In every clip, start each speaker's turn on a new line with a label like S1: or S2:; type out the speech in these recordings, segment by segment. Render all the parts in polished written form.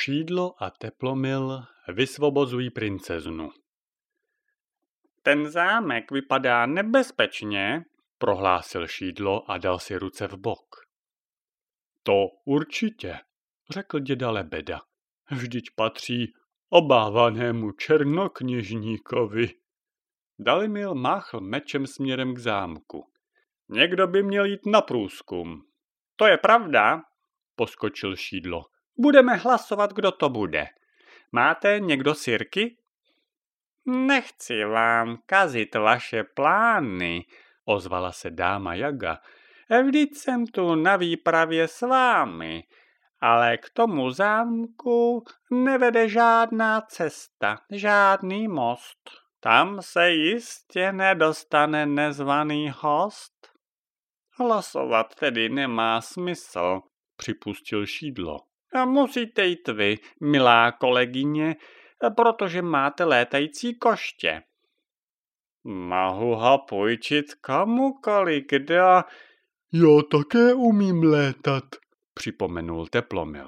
S1: Šídlo a Teplomil vysvobozují princeznu. Ten zámek vypadá nebezpečně, prohlásil Šídlo a dal si ruce v bok. To určitě, řekl děda Lebeda. Vždyť patří obávanému černokněžníkovi. Dalimil máchl mečem směrem k zámku. Někdo by měl jít na průzkum. To je pravda, poskočil Šídlo. Budeme hlasovat, kdo to bude. Máte někdo sirky? Nechci vám kazit vaše plány, ozvala se dáma Jaga. Vždyť jsem tu na výpravě s vámi, ale k tomu zámku nevede žádná cesta, žádný most. Tam se jistě nedostane nezvaný host. Hlasovat tedy nemá smysl, připustil Šídlo. A musíte jít vy, milá kolegyně, protože máte létající koště. Mohu ho půjčit komukoli, kdo... Já také umím létat, připomenul Teplomil.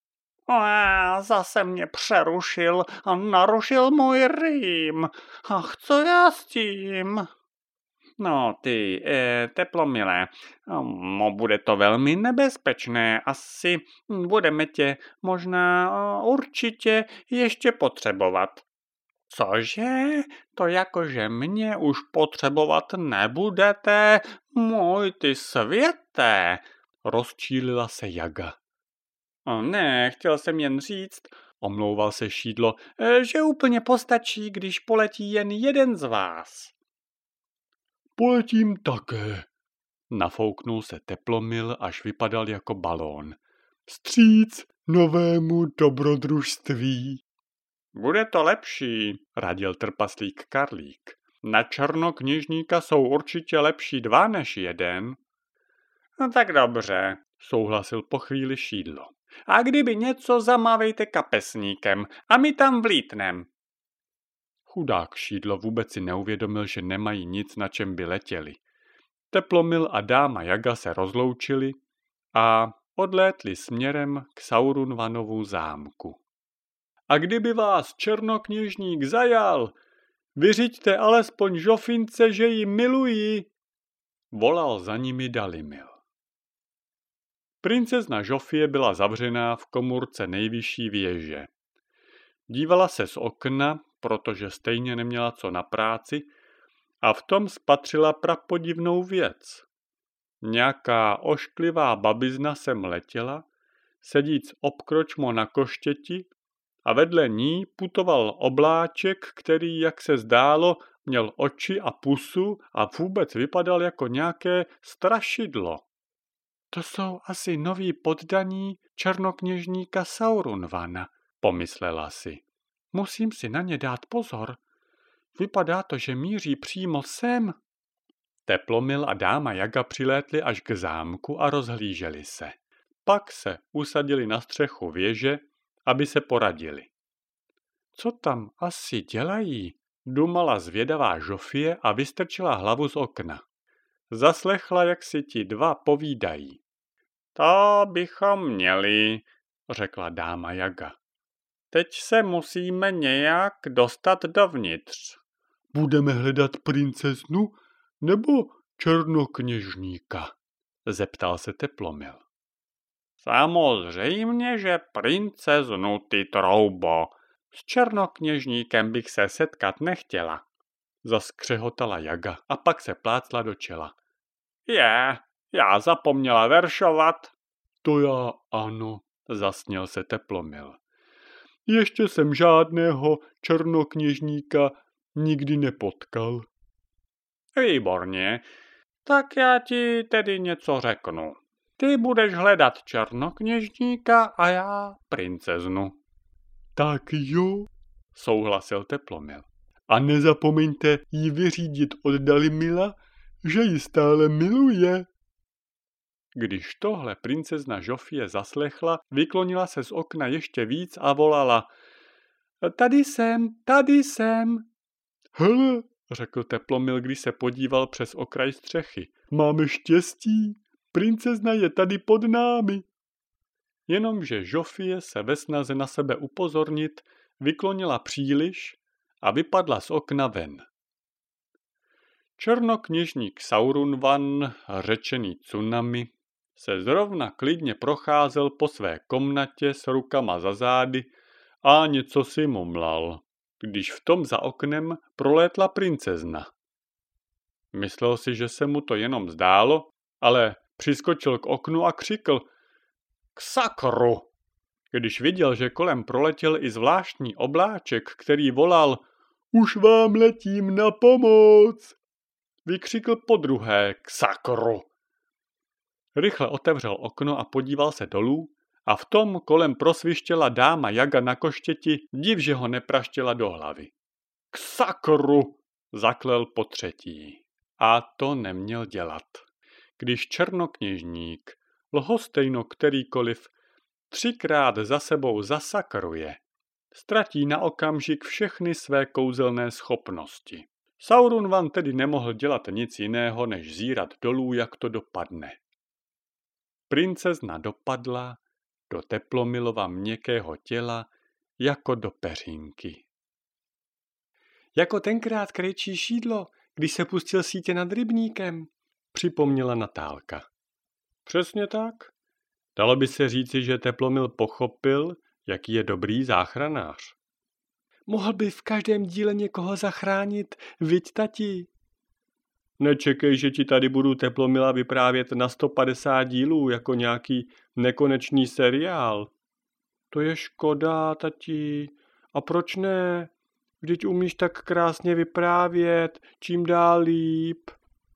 S1: Zase mě přerušil a narušil můj rým. Ach, co já s tím? No ty, Teplomile, bude to velmi nebezpečné. Asi budeme tě možná určitě ještě potřebovat. Cože? To jakože mě už potřebovat nebudete? Můj ty světe, rozčílila se Jaga. Ne, chtěl jsem jen říct, omlouval se Šídlo, že úplně postačí, když poletí jen jeden z vás. Poletím také, nafouknul se Teplomil, až vypadal jako balón. Vstříc novému dobrodružství. Bude to lepší, radil trpaslík Karlík. Na černokněžníka jsou určitě lepší 2 než 1. No tak dobře, souhlasil po chvíli Šídlo. A kdyby něco, zamávejte kapesníkem a my tam vlítnem. Chudák Šídlo vůbec si neuvědomil, že nemají nic, na čem by letěli. Teplomil a dáma Jaga se rozloučili a odlétli směrem k Saurunvanovu zámku. A kdyby vás černokněžník zajal, vyřiďte alespoň Žofince, že ji milují, volal za nimi Dalimil. Princezna Žofie byla zavřená v komůrce nejvyšší věže. Dívala se z okna, protože stejně neměla co na práci, a v tom spatřila prapodivnou věc. Nějaká ošklivá babizna sem letěla, sedíc obkročmo na koštěti, a vedle ní putoval obláček, který, jak se zdálo, měl oči a pusu a vůbec vypadal jako nějaké strašidlo. To jsou asi noví poddaní černokněžníka Saurunvana, pomyslela si. Musím si na ně dát pozor. Vypadá to, že míří přímo sem. Teplomil a dáma Jaga přilétli až k zámku a rozhlíželi se. Pak se usadili na střechu věže, aby se poradili. Co tam asi dělají? Dumala zvědavá Žofie a vystrčila hlavu z okna. Zaslechla, jak si ti 2 povídají. To bychom měli, řekla dáma Jaga. Teď se musíme nějak dostat dovnitř. Budeme hledat princeznu nebo černokněžníka? Zeptal se Teplomil. Samozřejmě, že princeznu, ty troubo. S černokněžníkem bych se setkat nechtěla. Zaskřehotala Jaga a pak se plácla do čela. Já zapomněla veršovat. To já ano, zasněl se Teplomil. Ještě jsem žádného černokněžníka nikdy nepotkal. Výborně, tak já ti tedy něco řeknu. Ty budeš hledat černokněžníka a já princeznu. Tak jo, souhlasil Teplomil. A nezapomeňte jí vyřídit od Dalimila, že ji stále miluje. Když tohle princezna Žofie zaslechla, vyklonila se z okna ještě víc a volala. Tady jsem. Hele, řekl Teplomil, když se podíval přes okraj střechy. Máme štěstí, princezna je tady pod námi. jenomže Žofie se ve snaze na sebe upozornit vyklonila příliš a vypadla z okna ven. Černokněžník Saurunvan, řečený Tsunami, se zrovna klidně procházel po své komnatě s rukama za zády a něco si mumlal, když v tom za oknem prolétla princezna. Myslel si, že se mu to jenom zdálo, ale přiskočil k oknu a křikl k sakru, když viděl, že kolem proletěl i zvláštní obláček, který volal už vám letím na pomoc. Vykřikl podruhé k sakru. Rychle otevřel okno a podíval se dolů a v tom kolem prosvištěla dáma Jaga na koštěti, div, že ho nepraštěla do hlavy. K sakru, zaklel potřetí. A to neměl dělat. Když černokněžník, lhostejno kterýkoliv, 3krát za sebou zasakruje, ztratí na okamžik všechny své kouzelné schopnosti. Saurunvan tedy nemohl dělat nic jiného, než zírat dolů, jak to dopadne. Princezna dopadla do Teplomilova měkkého těla jako do peřínky. Jako tenkrát krejčí šídlo, když se pustil sítě nad rybníkem, připomněla Natálka. Přesně tak. Dalo by se říci, že Teplomil pochopil, jaký je dobrý záchranář. Mohl by v každém díle někoho zachránit, viď tati? Nečekej, že ti tady budu Teplomila vyprávět na 150 dílů, jako nějaký nekonečný seriál. To je škoda, tati. A proč ne? Vždyť umíš tak krásně vyprávět, čím dál líp.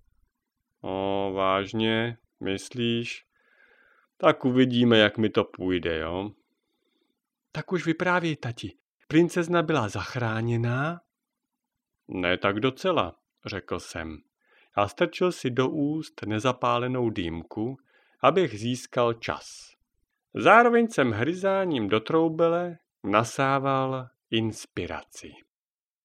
S1: Vážně, myslíš? Tak uvidíme, jak mi to půjde, jo? Tak už vyprávěj, tati. Princezna byla zachráněná? Ne tak docela, řekl jsem. A strčil si do úst nezapálenou dýmku, abych získal čas. Zároveň jsem hryzáním do troubele nasával inspiraci.